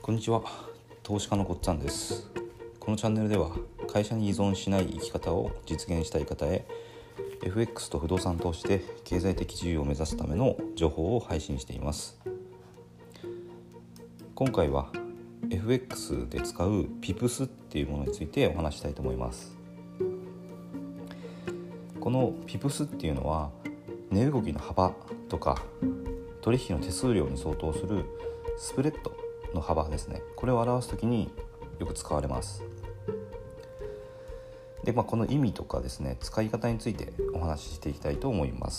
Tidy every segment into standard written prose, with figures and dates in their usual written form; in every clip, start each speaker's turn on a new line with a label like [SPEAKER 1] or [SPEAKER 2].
[SPEAKER 1] こんにちは、投資家のこっちゃんです。このチャンネルでは会社に依存しない生き方を実現したい方へ FX と不動産投資で経済的自由を目指すための情報を配信しています。今回は FX で使う PIPS っていうものについてお話したいと思います。この PIPS っていうのは値動きの幅とか取引の手数料に相当するスプレッドの幅ですね。これを表すときによく使われます。で、この意味とかですね、使い方についてお話ししていきたいと思います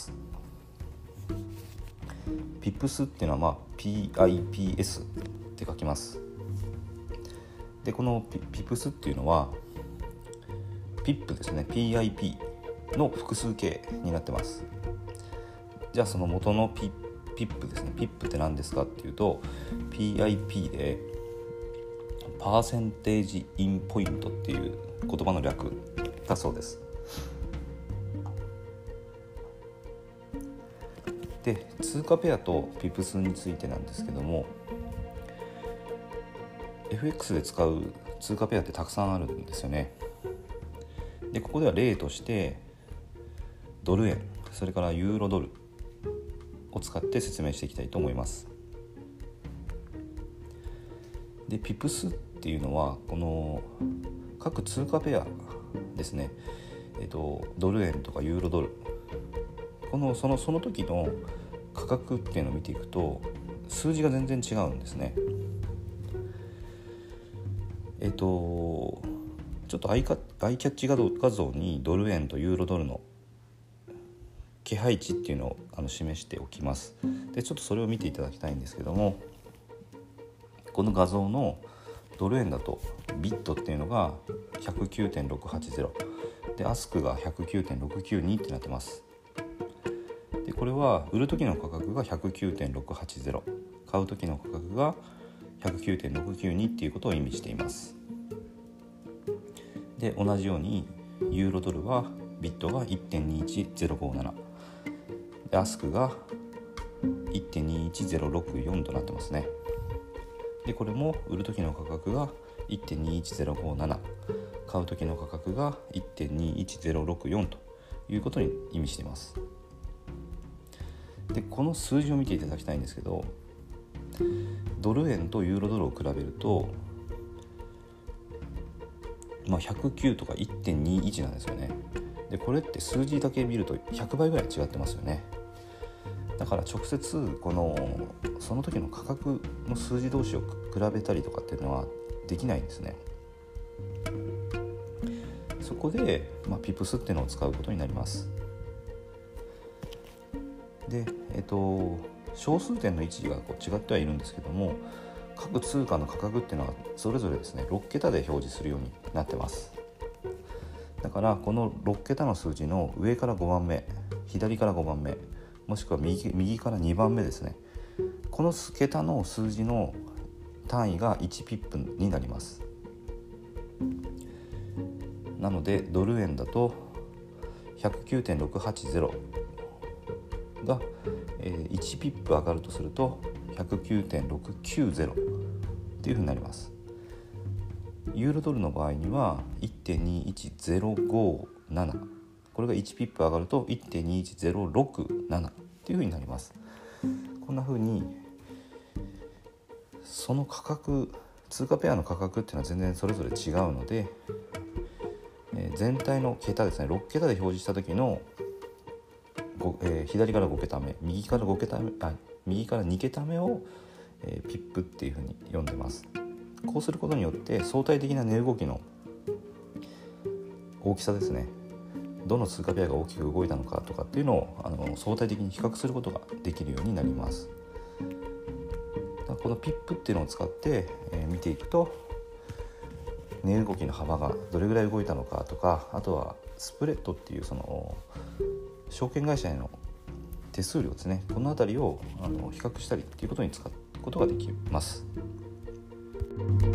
[SPEAKER 1] 。PIPS っていうのは、PIPS って書きます。で、この PIPS っていうのは PIP ですね、PIP の複数形になってます。じゃあその元の PIP ですね。PIP って何ですかっていうと PIP でパーセンテージインポイントっていう言葉の略だそうです。で、通貨ペアと PIPS についてなんですけども、 FX で使う通貨ペアってたくさんあるんですよね。で、ここでは例としてドル円、それからユーロドルを使って説明していきたいと思います。で、PIPS っていうのはこの各通貨ペアですね、ドル円とかユーロドル、その時の価格っていうのを見ていくと数字が全然違うんですね。ちょっとアイキャッチ画像にドル円とユーロドルの気配値っていうのを示しておきます。で、ちょっとそれを見ていただきたいんですけども、この画像のドル円だとビットっていうのが 109.680 で、アスクが 109.692 ってなってます。で、これは売る時の価格が 109.680、 買う時の価格が 109.692 っていうことを意味しています。で、同じようにユーロドルはビットが 1.21057 で、アスクが 1.21064 となってますね。で、これも売る時の価格が 1.21057、 買う時の価格が 1.21064 ということに意味しています。で、この数字を見ていただきたいんですけど、ドル円とユーロドルを比べると、109とか 1.21 なんですよね。で、これって数字だけ見ると100倍ぐらい違ってますよね。だから直接その時の価格の数字同士を比べたりとかっていうのはできないんですね。そこで、PIPS っていうのを使うことになります。で、小数点の位置が違ってはいるんですけども、各通貨の価格っていうのはそれぞれですね6桁で表示するようになってます。だからこの6桁の数字の上から5番目、左から5番目、もしくは右から2番目ですね、この桁の数字の単位が1ピップになります。なのでドル円だと 109.680 が1ピップ上がるとすると 109.690 っていうふうになります。ユーロドルの場合には 1.21057、 これが1ピップ上がると 1.21067 っていうふうになります。こんなふうにその価格、通貨ペアの価格っていうのは全然それぞれ違うので、全体の桁ですね、6桁で表示した時の左から5桁目、右から2桁目を、ピップっていうふうに読んでます。こうすることによって相対的な値動きの大きさですね、どの通貨ペアが大きく動いたのかとかっていうのを相対的に比較することができるようになります。このピップっていうのを使って、見ていくと値動きの幅がどれぐらい動いたのかとか、あとはスプレッドっていう証券会社への手数料ですね、このあたりを比較したりっていうことに使うことができます。